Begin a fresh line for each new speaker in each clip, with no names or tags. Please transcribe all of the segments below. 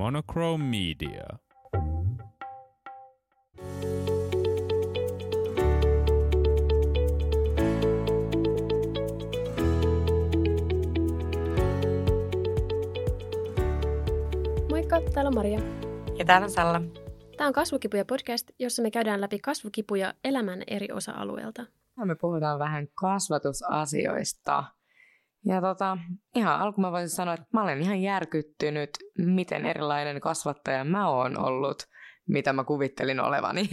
Monochrome Media.
Moikka, täällä on Maria.
Ja täällä on Salla.
Tämä on Kasvukipuja podcast, jossa me käydään läpi kasvukipuja elämän eri osa-alueelta.
Me puhutaan vähän kasvatusasioista. Ja ihan alkuun mä voisin sanoa, että mä olen ihan järkyttynyt, miten erilainen kasvattaja mä oon ollut, mitä mä kuvittelin olevani.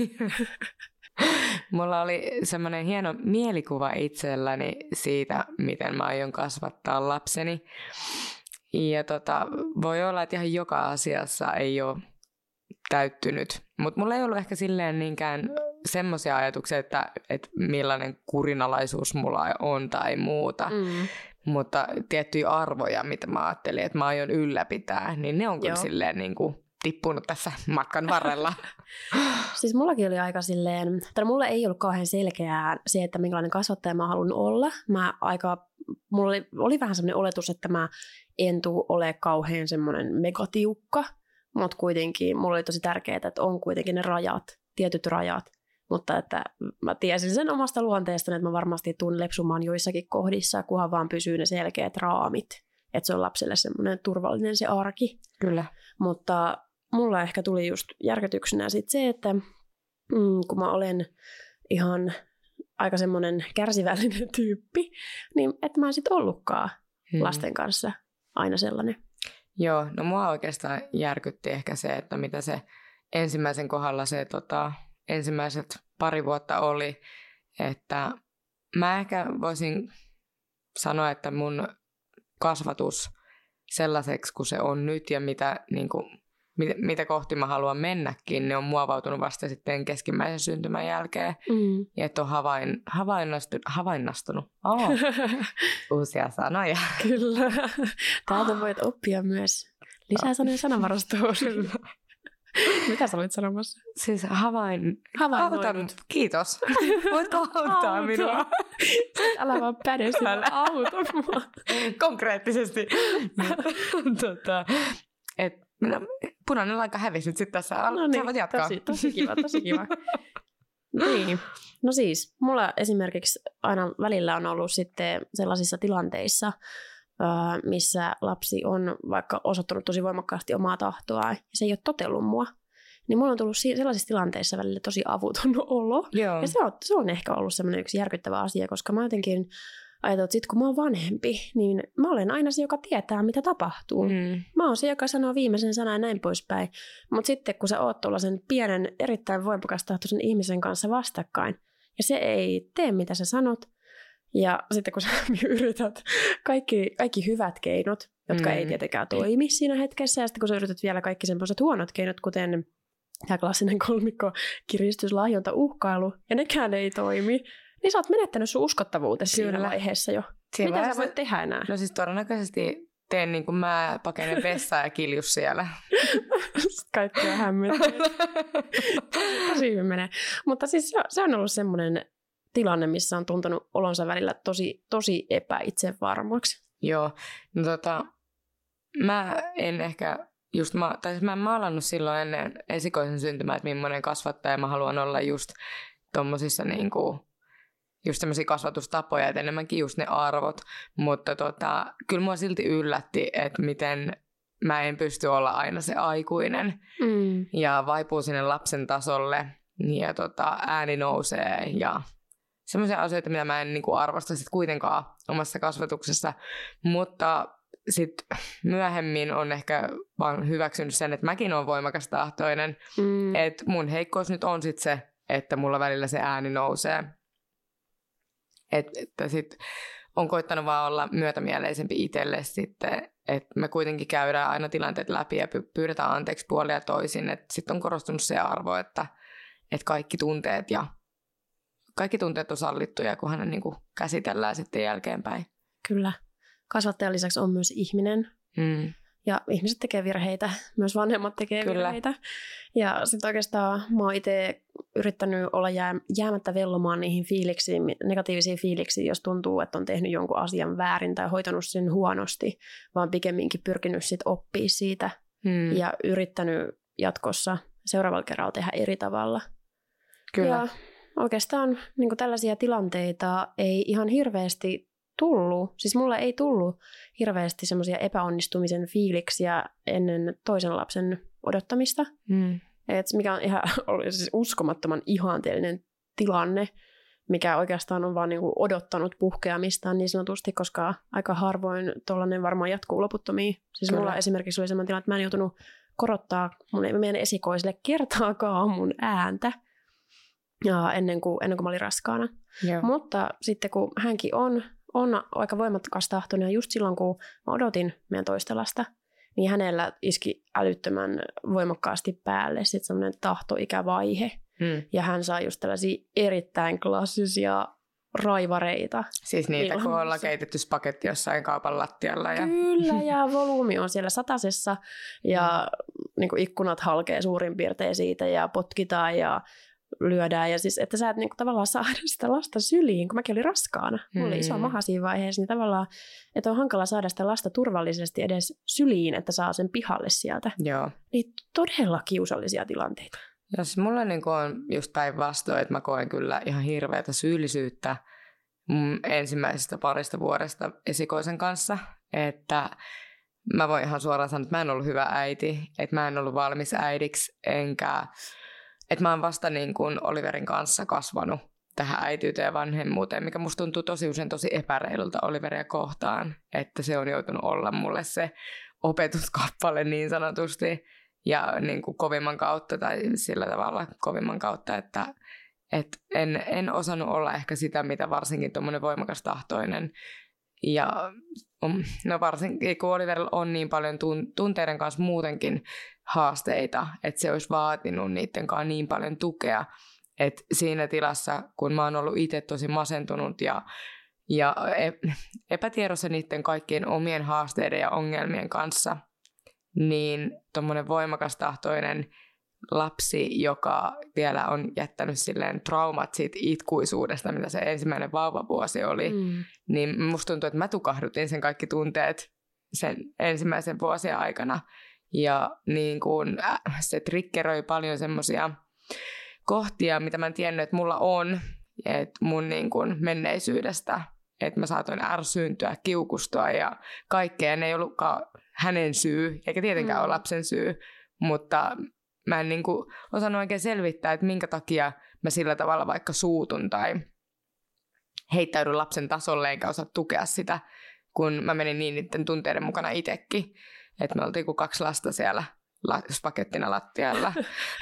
Mulla oli semmoinen hieno mielikuva itselläni siitä, miten mä aion kasvattaa lapseni. Ja voi olla, että ihan joka asiassa ei ole täyttynyt. Mutta mulla ei ollut ehkä silleen niinkään semmoisia ajatuksia, että millainen kurinalaisuus mulla on tai muuta. Mutta tiettyjä arvoja, mitä mä ajattelin, että mä aion ylläpitää, niin ne on kyllä silleen niin kuin tippunut tässä matkan varrella.
Siis mullakin oli aika silleen, tai mulla ei ollut kauhean selkeää se, että minkälainen kasvattaja mä haluan olla. Mulla oli vähän semmoinen oletus, että mä en tule ole kauhean semmoinen megatiukka, mutta kuitenkin mulla oli tosi tärkeää, että on kuitenkin ne rajat, tietyt rajat. Mutta että mä tiesin sen omasta luonteestani, että mä varmasti tuun lepsumaan joissakin kohdissa, kunhan vaan pysyy ne selkeät raamit. Että se on lapselle semmoinen turvallinen se arki.
Kyllä.
Mutta mulla ehkä tuli just järkytyksenä sit se, että kun mä olen ihan aika semmoinen kärsivällinen tyyppi, niin että mä en sit ollutkaan lasten kanssa aina sellainen.
Joo, no mua oikeastaan järkytti ehkä se, että mitä se ensimmäisen kohdalla se ensimmäiset pari vuotta oli, että mä ehkä voisin sanoa, että mun kasvatus sellaiseksi kuin se on nyt ja mitä kohti mä haluan mennäkin, ne on muovautunut vasta sitten keskimmäisen syntymän jälkeen. Ja että on havainnastunut. Uusia sanoja.
Kyllä. Täältä voit oppia myös lisää sanoja sanavarastoon. Mitä sä olit sanomassa?
Siis havainnoidut. Kiitos. Voitko auttaa minua?
Älä vaan päde sinä, auta mua.
Konkreettisesti. Punainen lanka hävisi nyt sitten tässä.
No niin,
sä voit jatkaa.
Tosi kiva. Niin. No siis, mulla esimerkiksi aina välillä on ollut sitten sellaisissa tilanteissa, missä lapsi on vaikka osoittanut tosi voimakkaasti omaa tahtoa ja se ei ole totellut mua, niin mulla on tullut sellaisissa tilanteissa välillä tosi avuton olo.
Joo.
Ja se on ehkä ollut semmoinen yksi järkyttävä asia, koska mä jotenkin ajatellut, että sit kun mä oon vanhempi, niin mä olen aina se, joka tietää, mitä tapahtuu. Mä oon se, joka sanoo viimeisen sanan ja näin poispäin. Mutta sitten kun sä oot tuollaisen pienen, erittäin voimakas tahtoisen ihmisen kanssa vastakkain, ja se ei tee, mitä sä sanot, ja sitten kun sä yrität kaikki hyvät keinot, jotka ei tietenkään toimi siinä hetkessä, ja sitten kun sä yrität vielä kaikki semmoiset huonot keinot, kuten tämä klassinen kolmikko, kiristys, lahjonta, uhkailu, ja nekään ei toimi, niin sä oot menettänyt sun uskottavuutesi siinä vaiheessa jo. Mitä sä voit tehdä enää?
No siis todennäköisesti teen niin kuin mä pakenen vessaan ja kiljus siellä.
Kaikkea hämmentänyt. Tosi hyvin menee. Mutta siis se on ollut semmoinen tilanne, missä on tuntunut olonsa välillä tosi epäitsevarmaksi.
Joo, no mä en ehkä mä en maalannut silloin ennen esikoisen syntymää, että millainen kasvattaja mä haluan olla just tommosissa niinku, just semmoisia kasvatustapoja, että enemmänkin just ne arvot, mutta kyllä mua silti yllätti, että miten mä en pysty olla aina se aikuinen ja vaipuu sinne lapsen tasolle ja ääni nousee ja semmoisia asioita, mitä mä en niinku arvosta sit kuitenkaan omassa kasvatuksessa, mutta sitten myöhemmin on ehkä vaan hyväksynyt sen, että mäkin olen voimakas tahtoinen, että mun heikkous nyt on sitten se, että mulla välillä se ääni nousee. Että sitten on koittanut vaan olla myötämieleisempi itselle sitten, että me kuitenkin käydään aina tilanteet läpi ja pyydetään anteeksi puolin ja toisin, että sitten on korostunut se arvo, että kaikki tunteet on sallittuja, kunhan ne niinku käsitellään sitten jälkeenpäin.
Kyllä. Kasvattajan lisäksi on myös ihminen. Ja ihmiset tekee virheitä, myös vanhemmat tekee virheitä. Ja sitten oikeastaan mä oon itse yrittänyt olla jäämättä vellomaan niihin fiiliksiin, negatiivisiin fiiliksiin, jos tuntuu, että on tehnyt jonkun asian väärin tai hoitanut sen huonosti, vaan pikemminkin pyrkinyt sitten oppia siitä ja yrittänyt jatkossa seuraavalla kerralla tehdä eri tavalla.
Kyllä.
Ja oikeastaan niin kuin tällaisia tilanteita ei ihan hirveästi tullut. Siis mulla ei tullut hirveästi semmoisia epäonnistumisen fiiliksiä ennen toisen lapsen odottamista. Mikä on ihan siis uskomattoman ihanteellinen tilanne, mikä oikeastaan on vaan niin kuin odottanut puhkeamistaan niin sanotusti, koska aika harvoin tuollainen varmaan jatkuu loputtomiin. Siis mulla esimerkiksi oli sellainen tilanne, että mä en joutunut korottaa meidän esikoiselle kertaakaan mun ääntä ennen kuin mä olin raskaana. Joo. Mutta sitten kun hänkin on aika voimakas tahtoinen, ja just silloin kun mä odotin meidän toista lasta, niin hänellä iski älyttömän voimakkaasti päälle sitten semmoinen tahtoikävaihe. Ja hän saa just tällaisia erittäin klassisia raivareita.
Siis niitä, kun ollaan keitetty spagetti jossain kaupan lattialla. Ja...
Kyllä, ja volyymi on siellä satasessa, ja niin kuin ikkunat halkee suurin piirtein siitä, ja potkitaan, ja lyödään. Ja siis, että sä et niin kuin tavallaan saada sitä lasta syliin, kun mäkin olin raskaana. Mulla oli iso maha siinä vaiheessa, niin tavallaan, että on hankala saada sitä lasta turvallisesti edes syliin, että saa sen pihalle sieltä.
Joo.
Niin todella kiusallisia tilanteita.
Ja siis mulla niin on just päinvastoin, että mä koen kyllä ihan hirveätä syyllisyyttä mun ensimmäisestä parista vuodesta esikoisen kanssa. Että mä voin ihan suoraan sanoa, että mä en ollut hyvä äiti, että mä en ollut valmis äidiksi, että mä oon vasta niin kuin Oliverin kanssa kasvanut tähän äityyteen ja vanhemmuuteen, mikä musta tuntuu tosi usein tosi epäreilulta Oliveria kohtaan, että se on joutunut olla mulle se opetuskappale niin sanotusti ja niin kuin kovimman kautta tai sillä tavalla kovimman kautta, että en osannut olla ehkä sitä, mitä varsinkin tuommoinen voimakas tahtoinen. Ja no varsinkin, kun Oliverilla on niin paljon tunteiden kanssa muutenkin haasteita, että se olisi vaatinut niiden kanssa niin paljon tukea, että siinä tilassa, kun mä oon ollut itse tosi masentunut ja epätiedossa niiden kaikkien omien haasteiden ja ongelmien kanssa, niin tommoinen voimakas tahtoinen lapsi, joka vielä on jättänyt silleen traumat siitä itkuisuudesta, mitä se ensimmäinen vauvavuosi oli, niin musta tuntuu, että mä tukahdutin sen kaikki tunteet sen ensimmäisen vuosien aikana. Ja niin kun, se triggeroi paljon semmoisia kohtia, mitä mä en tiennyt, että mulla on, että mun niin kun menneisyydestä, että mä saatoin ärsyyntyä, kiukustua ja kaikkea. Ne ei ollutkaan hänen syy, eikä tietenkään ole lapsen syy, mutta mä en niin kuin osannut oikein selvittää, että minkä takia mä sillä tavalla vaikka suutun tai heittäydyn lapsen tasolle eikä osaa tukea sitä, kun mä menin niin niiden tunteiden mukana itsekin. Että me oltiin kuin 2 lasta siellä spagettina lattialla.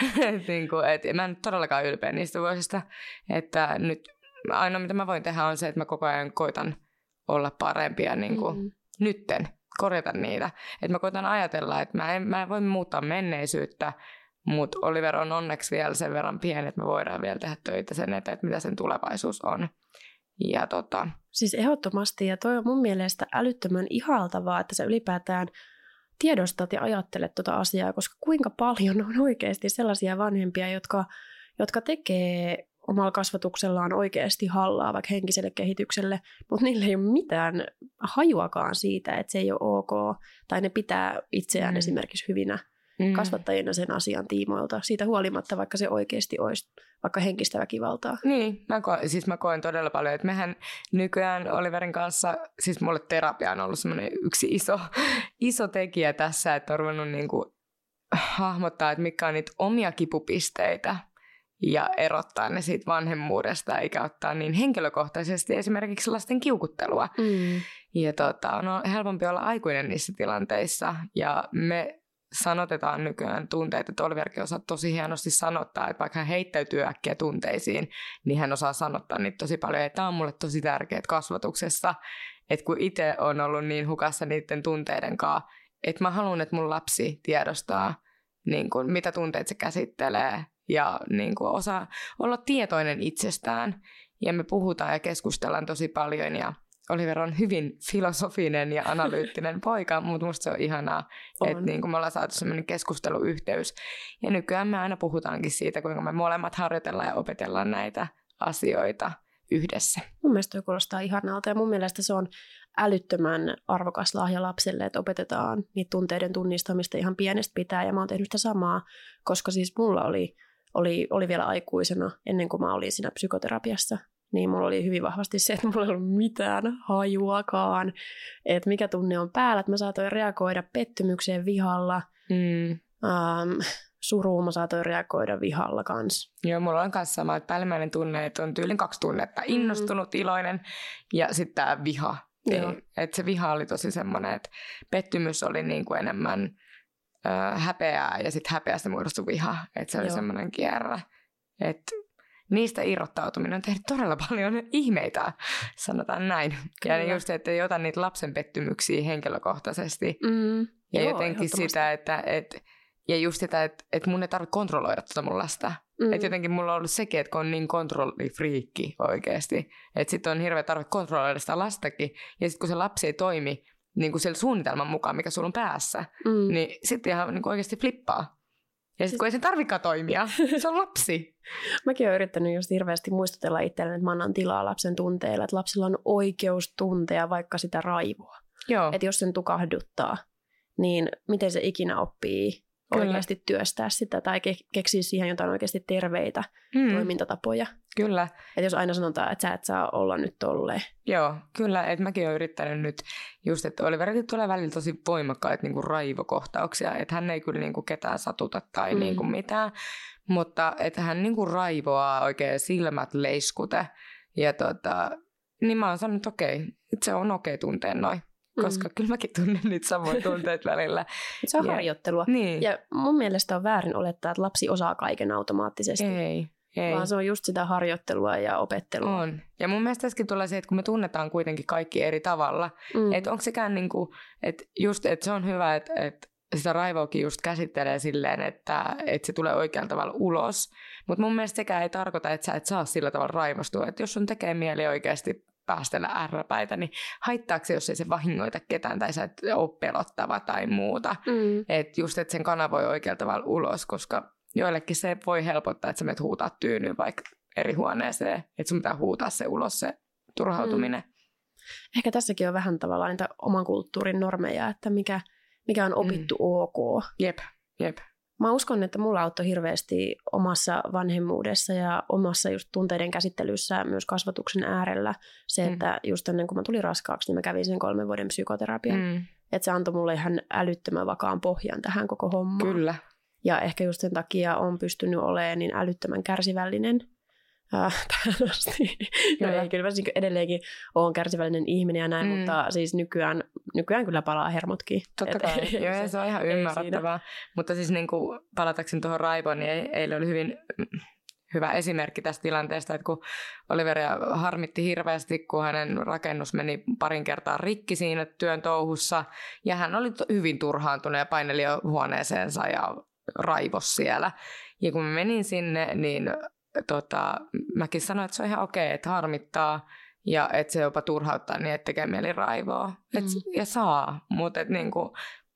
Et mä en nyt todellakaan ylpeä niistä vuosista. Että nyt ainoa mitä mä voin tehdä on se, että mä koko ajan koitan olla parempia niin kuin nytten, korjata niitä. Että mä koitan ajatella, että mä en voi muuttaa menneisyyttä, mutta Oliver on onneksi vielä sen verran pieni, että me voidaan vielä tehdä töitä sen eteen, että mitä sen tulevaisuus on. Ja
Siis ehdottomasti, ja toi on mun mielestä älyttömän ihaltavaa, että sä ylipäätään tiedostat ja ajattelet tota asiaa, koska kuinka paljon on oikeasti sellaisia vanhempia, jotka tekee omalla kasvatuksellaan oikeasti hallaa vaikka henkiselle kehitykselle, mutta niillä ei ole mitään hajuakaan siitä, että se ei ole ok, tai ne pitää itseään esimerkiksi hyvinä kasvattajina sen asian tiimoilta, siitä huolimatta, vaikka se oikeasti olisi vaikka henkistä väkivaltaa.
Niin, mä koen todella paljon, että mehän nykyään Oliverin kanssa, siis mulle terapia on ollut semmoinen yksi iso tekijä tässä, että on ruvennut niinku hahmottaa, että mitkä on niitä omia kipupisteitä ja erottaa ne siitä vanhemmuudesta, eikä ottaa niin henkilökohtaisesti esimerkiksi lasten kiukuttelua. Ja on helpompi olla aikuinen niissä tilanteissa, ja me sanotetaan nykyään tunteita, että Oliverkin osaa tosi hienosti sanottaa, että vaikka hän heittäytyy äkkiä tunteisiin, niin hän osaa sanottaa niitä tosi paljon. Ja tämä on mulle tosi tärkeää kasvatuksessa, että kun itse on ollut niin hukassa niiden tunteiden kanssa, että mä haluan, että mun lapsi tiedostaa, niin kuin, mitä tunteet se käsittelee ja niin kuin, osaa olla tietoinen itsestään. Ja me puhutaan ja keskustellaan tosi paljon ja Oliver on hyvin filosofinen ja analyyttinen poika, mutta musta se on ihanaa, että niin kuin me ollaan saatu sellainen keskusteluyhteys. Ja nykyään me aina puhutaankin siitä, kuinka me molemmat harjoitellaan ja opetellaan näitä asioita. yhdessä.
Mun mielestä toi kuulostaa ihanalta ja mun mielestä se on älyttömän arvokas lahja lapselle, että opetetaan niitä tunteiden tunnistamista ihan pienestä pitää ja mä oon tehnyt sitä samaa, koska siis mulla oli vielä aikuisena ennen kuin mä olin siinä psykoterapiassa, niin mulla oli hyvin vahvasti se, että mulla ei ollut mitään hajuakaan, että mikä tunne on päällä, että mä saatoin reagoida pettymykseen vihalla, suruun mä saatoin reagoida vihalla kanssa.
Joo, mulla on kanssa sama, että päällimmäinen tunne, että on tyylin 2 tunnetta, innostunut, iloinen ja sitten tämä viha. Että se viha oli tosi semmoinen, että pettymys oli niin kuin enemmän häpeää ja sitten häpeästä muodostui viha. Että se oli semmoinen kierre. Että niistä irrottautuminen on tehnyt todella paljon ihmeitä, sanotaan näin. Kyllä. Ja just, että ei ota niitä lapsen pettymyksiä henkilökohtaisesti. Ja joo, jotenkin sitä, että ja just sitä, että mun ei tarvitse kontrolloida mun lasta. Että jotenkin mulla on ollut sekin, että kun on niin kontrollifriikki oikeasti. Että sitten on hirveä tarve kontrolloida sitä lastakin. Ja sitten kun se lapsi ei toimi niin kuin siellä suunnitelman mukaan, mikä sulla on päässä, niin sitten ihan niin kuin oikeasti flippaa. Ja sitten kun ei sen tarvikaan toimia, se on lapsi.
Mäkin olen yrittänyt just hirveästi muistutella itselleni, että mä annan tilaa lapsen tunteille. Että lapsilla on oikeus tuntea vaikka sitä raivoa. Että jos sen tukahduttaa, niin miten se ikinä oppii oikeasti työstää sitä tai keksiä siihen jotain oikeasti terveitä toimintatapoja.
Kyllä.
Että jos aina sanotaan, että sä et saa olla nyt tolleen.
Joo, kyllä. Että mäkin olen yrittänyt nyt just, että Oliverikin tulee välillä tosi voimakkaita niinku raivokohtauksia. Että hän ei kyllä niinku ketään satuta tai niinku mitään. Mutta että hän niinku raivoaa oikein silmät leiskute. Ja niin mä oon sanonut, että okei, että se on okei tuntea noin. Koska kyllä mäkin tunnen niitä samoja tunteita välillä.
Se on harjoittelua. Niin. Ja mun mielestä on väärin olettaa, että lapsi osaa kaiken automaattisesti.
Ei.
Vaan se on just sitä harjoittelua ja opettelua.
On. Ja mun mielestä tässäkin tulee se, että kun me tunnetaan kuitenkin kaikki eri tavalla, että onko sekään niinku, että just, että se on hyvä, että sitä raivoakin just käsittelee silleen, että se tulee oikealla tavalla ulos. Mutta mun mielestä sekään ei tarkoita, että sä et saa sillä tavalla raivostua. Että jos sun tekee mieli oikeasti päästellä ärräpäitä, niin haittaako se, jos ei se vahingoita ketään tai sä et ole pelottava tai muuta. Että just, että sen kanavoi oikealla tavalla ulos, koska joillekin se voi helpottaa, että sä menet huutaa tyynyyn vaikka eri huoneeseen, että sun pitää huutaa se ulos se turhautuminen.
Ehkä tässäkin on vähän tavallaan niitä oman kulttuurin normeja, että mikä on opittu ok.
Jep.
Mä uskon, että mulla auttoi hirveästi omassa vanhemmuudessa ja omassa just tunteiden käsittelyssä myös kasvatuksen äärellä se, että just ennen kuin mä tulin raskaaksi, niin mä kävin sen 3 vuoden psykoterapian. Että se antoi mulle ihan älyttömän vakaan pohjan tähän koko hommaan.
Kyllä.
Ja ehkä just sen takia on pystynyt olemaan niin älyttömän kärsivällinen tähän asti. Kyllä mä edelleenkin olen kärsivällinen ihminen ja näin, mutta siis nykyään kyllä palaa hermotkin.
Totta kai, joo, se on ihan ymmärrettävää. Mutta siis niin kuin palatakseni tuohon raivoon, niin eilen oli hyvin hyvä esimerkki tästä tilanteesta, että kun Oliveria harmitti hirveästi, kun hänen rakennus meni parin kertaa rikki siinä työn touhussa, ja hän oli hyvin turhaantunut ja paineli jo huoneeseensa ja raivos siellä. Ja kun mä menin sinne, niin mäkin sanoin, että se on ihan okei, että harmittaa ja että se jopa turhauttaa niin, että tekee mieli raivoa. Ja saa, mutta niinku,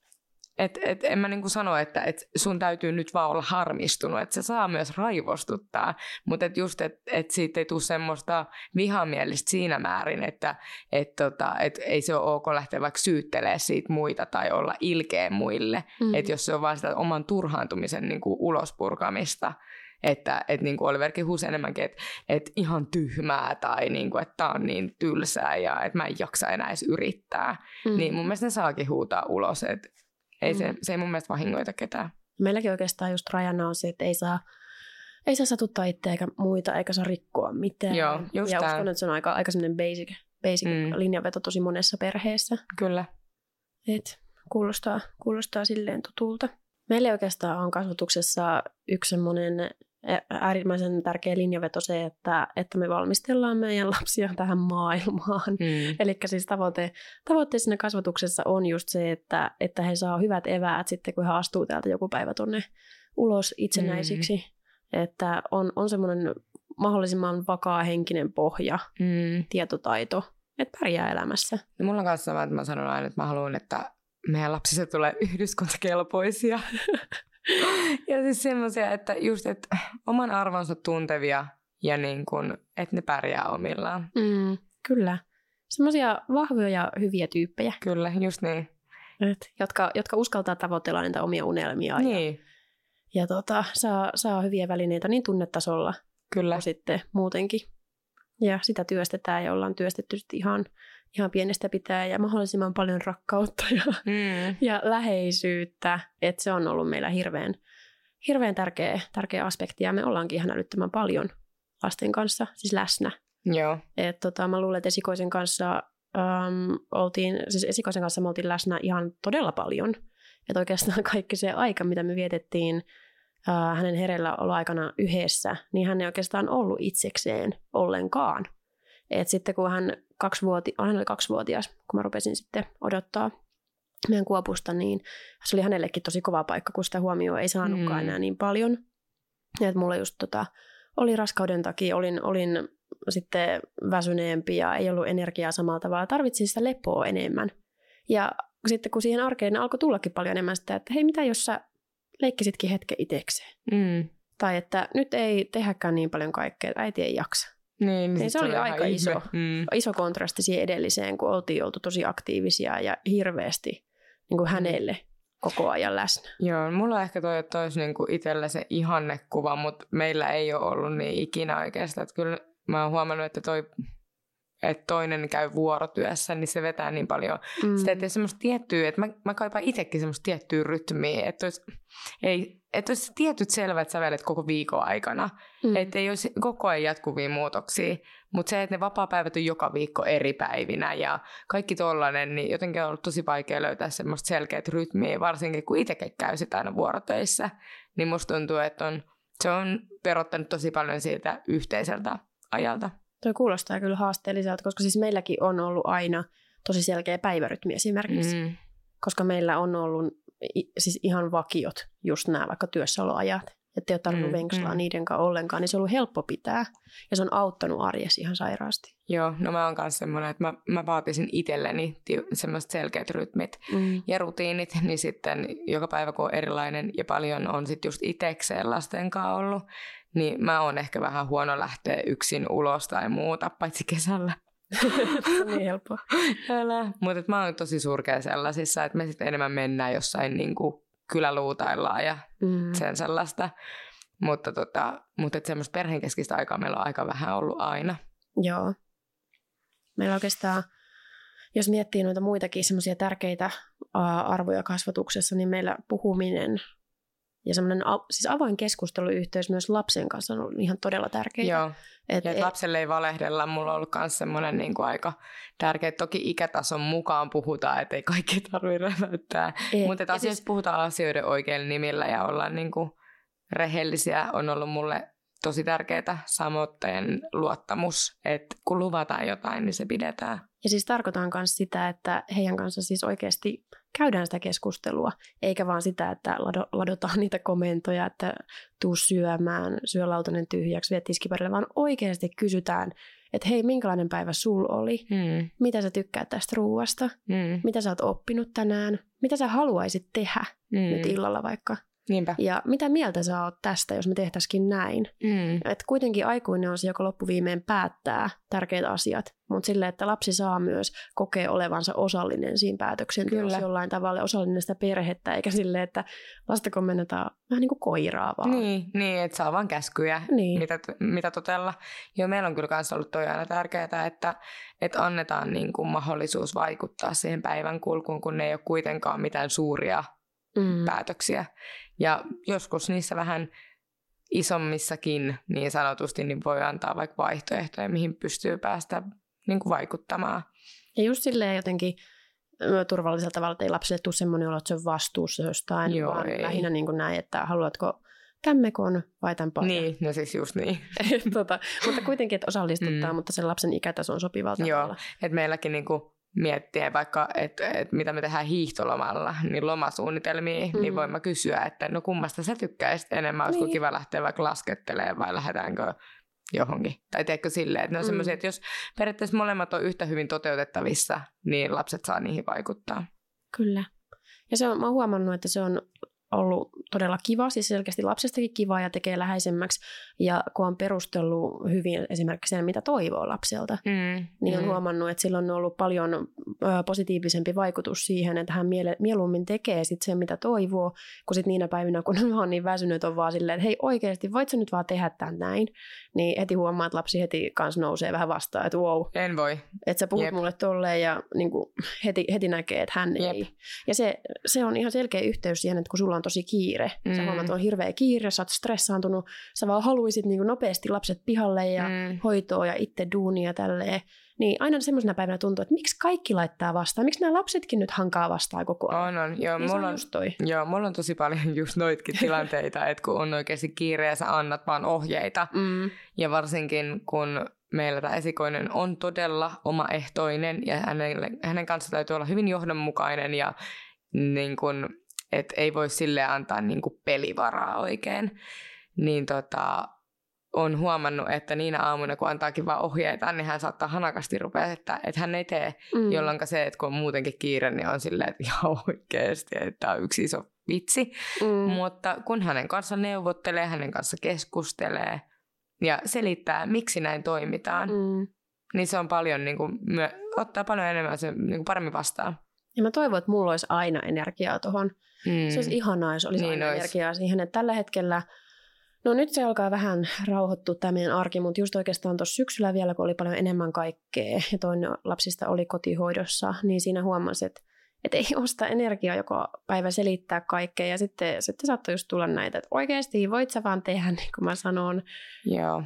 en mä niinku sano, että sun täytyy nyt vaan olla harmistunut, että se saa myös raivostuttaa, mutta just, että siitä ei tule semmoista vihamielistä siinä määrin, että ei se ole ok lähteä vaikka syyttelemään siitä muita tai olla ilkeä muille, että jos se on vaan sitä oman turhaantumisen niinku ulospurkamista, että niin kuin Oliverkin huusi enemmänkin, että ihan tyhmää tai niin kuin, että tämä on niin tylsää ja että mä en jaksa enää edes yrittää. Niin mun mielestä ne saakin huutaa ulos, että se ei mun mielestä vahingoita ketään.
Meilläkin oikeastaan just rajana on se, että ei saa satuttaa itseä eikä muita, eikä saa rikkoa mitään.
Joo, just
ja uskon, että se on aika sellainen basic linjanveto tosi monessa perheessä.
Kyllä.
Et kuulostaa silleen tutulta. Meille oikeastaan on kasvatuksessa yksi semmoinen äärimmäisen tärkeä linjaveto se, että me valmistellaan meidän lapsia tähän maailmaan. Eli siis tavoite siinä kasvatuksessa on just se, että he saa hyvät eväät sitten, kun he astuu täältä joku päivä tuonne ulos itsenäisiksi. Että on semmoinen mahdollisimman vakaa henkinen pohja, tietotaito, että pärjää elämässä.
No, mulla on kanssa sama, että mä sanon aina, että mä haluan, että meidän lapsista tulee yhdyskuntakelpoisia. Ja siis semmoisia, että just, että oman arvonsa tuntevia ja niin kuin, että ne pärjää omillaan.
Kyllä. Semmoisia vahvoja ja hyviä tyyppejä.
Kyllä, just niin.
Jotka uskaltaa tavoitella niitä omia unelmia.
Niin.
Ja saa hyviä välineitä niin tunnetasolla
Kyllä.
kuin sitten muutenkin. Ja sitä työstetään ja ollaan työstetty sitten ihan pienestä pitää ja mahdollisimman paljon rakkautta ja läheisyyttä. Että se on ollut meillä hirveän tärkeä aspekti ja me ollaankin ihan älyttömän paljon lasten kanssa, siis läsnä.
Joo.
Mä luulen, että esikoisen kanssa me oltiin läsnä ihan todella paljon. Että oikeastaan kaikki se aika, mitä me vietettiin hänen hereilläoloaikana yhdessä, niin hän ei oikeastaan ollut itsekseen ollenkaan. Et sitten kun hän oli 2-vuotias, kun mä rupesin sitten odottaa meidän kuopusta, niin se oli hänellekin tosi kova paikka, kun sitä huomioon ei saanutkaan enää niin paljon. Et mulla just oli raskauden takia, olin sitten väsyneempi ja ei ollut energiaa samalla tavalla. Tarvitsin sitä lepoa enemmän. Ja sitten kun siihen arkeen alkoi tullakin paljon enemmän sitä, että hei, mitä jos sä leikkisitkin hetken itsekseen? Tai että nyt ei tehdäkään niin paljon kaikkea, että äiti ei jaksa. Niin se oli aika iso kontrasti siihen edelliseen, kun oltiin oltu tosi aktiivisia ja hirveästi niin kuin hänelle koko ajan läsnä.
Joo, mulla on ehkä toi olisi niin kuin itsellä se ihannekuva, mutta meillä ei ole ollut niin ikinä oikeastaan. Että kyllä mä oon huomannut, että että toinen käy vuorotyössä, niin se vetää niin paljon sitä, että semmoista tiettyä, että mä kaipaan itsekin semmoista tiettyä rytmiä, että olisi tietyt selvät sävelet koko viikon aikana, että ei olisi koko ajan jatkuvia muutoksia, mutta se, että ne vapaapäivät on joka viikko eri päivinä ja kaikki tollainen, niin jotenkin on ollut tosi vaikea löytää semmoista selkeät rytmiä, varsinkin kun itsekin käy sitä aina vuorotöissä, niin musta tuntuu, että se on verottanut tosi paljon siitä yhteiseltä ajalta.
Tuo kuulostaa kyllä haasteelliselta, koska siis meilläkin on ollut aina tosi selkeä päivärytmi esimerkiksi. Koska meillä on ollut siis ihan vakiot just nämä vaikka työssäoloajat. Että ei ole tarvinnut venkslaa niiden kanssa ollenkaan, niin se on ollut helppo pitää. Ja se on auttanut arjessa ihan sairaasti.
Joo, no mä oon kanssa semmoinen, että mä vaatisin itselleni semmoiset selkeät rytmit ja rutiinit, niin sitten joka päivä kun on erilainen ja paljon on sitten just itsekseen lasten kanssa ollut, niin mä oon ehkä vähän huono lähteä yksin ulos tai muuta, paitsi kesällä.
Niin helppoa.
Mutta mä oon tosi surkea sellaisissa, että me sitten enemmän mennään jossain niinku kyläluutaillaan ja sen sellaista. Mutta semmoista perheenkeskistä aikaa meillä on aika vähän ollut aina.
Joo. Meillä oikeastaan, jos miettii noita muitakin semmoisia tärkeitä arvoja kasvatuksessa, niin meillä puhuminen ja semmoinen siis avoin keskusteluyhteys myös lapsen kanssa on ollut ihan todella tärkeää.
Joo, ja lapselle ei valehdella. Mulla on ollut myös semmoinen niin kuin aika tärkeä. Toki ikätason mukaan puhutaan, että ei kaikki tarvitse räväyttää. Mutta asioista siis puhutaan asioiden oikeilla nimillä ja ollaan niin kuin rehellisiä on ollut mulle tosi tärkeää. Samoin luottamus, että kun luvataan jotain, niin se pidetään.
Ja siis tarkoitan myös sitä, että heidän kanssa siis oikeasti käydään sitä keskustelua, eikä vaan sitä, että ladotaan niitä komentoja, että tuu syömään, syö lautanen tyhjäksi, vie tiskiparille, vaan oikeasti kysytään, että hei, minkälainen päivä sul oli? Mitä sä tykkäät tästä ruuasta? Mitä sä oot oppinut tänään? Mitä sä haluaisit tehdä nyt illalla vaikka?
Niinpä.
Ja mitä mieltä sä oot tästä, jos me tehtäisikin näin? Että kuitenkin aikuinen on se, joka loppuviimein päättää tärkeät asiat, mutta silleen, että lapsi saa myös kokea olevansa osallinen siinä päätöksenteossa jollain tavalla, osallinen sitä perhettä, eikä silleen, että lasta komennetaan vähän niin kuin koiraa vaan.
Niin, että saa vaan käskyjä, mitä totella. Joo, meillä on kyllä myös ollut toi aina tärkeää, että annetaan niin kuin mahdollisuus vaikuttaa siihen päivän kulkuun, kun ne ei ole kuitenkaan mitään suuria päätöksiä. Ja joskus niissä vähän isommissakin niin sanotusti niin voi antaa vaikka vaihtoehtoja, mihin pystyy päästä niin kuin vaikuttamaan.
Ja just silleen jotenkin turvallisella tavalla, että ei lapselle tule semmoinen olo, että se on vastuussa jostain, vaan lähinnä niin kuin näin, että haluatko kämmekon vai tämän paidan.
Niin, no siis just niin.
Mutta kuitenkin, että osallistuttaa, mutta sen lapsen ikätaso on sopivalla tavalla.
Joo, että meilläkin niin kuin miettiä vaikka, että mitä me tehdään hiihtolomalla, niin lomasuunnitelmia, niin voin mä kysyä, että no kummasta sä tykkäisit enemmän, olisiko kiva lähteä vaikka laskettelemaan vai lähdetäänkö johonkin. Tai teekö silleen, että ne on semmoisia, että jos periaatteessa molemmat on yhtä hyvin toteutettavissa, niin lapset saa niihin vaikuttaa.
Kyllä. Ja mä oon huomannut, että se on ollut todella kiva, siis selkeästi lapsestakin kiva ja tekee läheisemmäksi. Ja kun on perustellut hyvin esimerkiksi sen, mitä toivoo lapselta, niin on huomannut, että sillä on ollut paljon positiivisempi vaikutus siihen, että hän mieluummin tekee sit sen, mitä toivoo, kun sit niinä päivinä, kun on niin väsynyt, on vaan silleen, että hei oikeasti, voit sä nyt vaan tehdä tämän näin, niin heti huomaa, että lapsi heti kanssa nousee vähän vastaan, että wow.
En voi.
Että sä puhut mulle tolleen ja niin kuin heti näkee, että hän ei. Ja se on ihan selkeä yhteys siihen, että kun sulla on tosi kiire, sä huomaat, että on hirveä kiire, sä oot stressaantunut, sä vaan haluisit niin kuin nopeasti lapset pihalle ja hoitoa ja itse duunia ja tälleen. Niin aina semmoisena päivänä tuntuu, että miksi kaikki laittaa vastaan? Miksi nämä lapsetkin nyt hankaa vastaan koko ajan?
On. Joo,
niin
mulla on tosi paljon just noitkin tilanteita, että kun on oikeasti kiire ja sä annat vaan ohjeita. Ja varsinkin kun meillä tämä esikoinen on todella omaehtoinen ja hänen kanssa täytyy olla hyvin johdonmukainen ja niin kun, et ei voi silleen antaa niin kun pelivaraa oikein. Niin on huomannut, että niinä aamuina, kun antaakin vaan ohjeita, niin hän saattaa hanakasti rupea, että hän ei tee. Jolloin se, että kun on muutenkin kiire, niin on silleen, että ihan oikeasti, että tämä on yksi iso vitsi. Mutta kun hänen kanssa neuvottelee, hänen kanssa keskustelee ja selittää, miksi näin toimitaan, niin se on paljon, niin kuin, ottaa paljon enemmän se niin kuin paremmin vastaan. Ja
mä toivon, että mulla olisi aina energiaa tuohon. Se olisi ihanaa, jos olisi aina energiaa siihen, että tällä hetkellä no nyt se alkaa vähän rauhoittua tämä meidän arki, mutta just oikeastaan tuossa syksyllä vielä, kun oli paljon enemmän kaikkea ja toinen lapsista oli kotihoidossa, niin siinä huomasi, että ei ole sitä energiaa joka päivä selittää kaikkea. Ja sitten saattoi just tulla näitä, että oikeasti voit sä vaan tehdä niin kuin mä sanon.
Joo.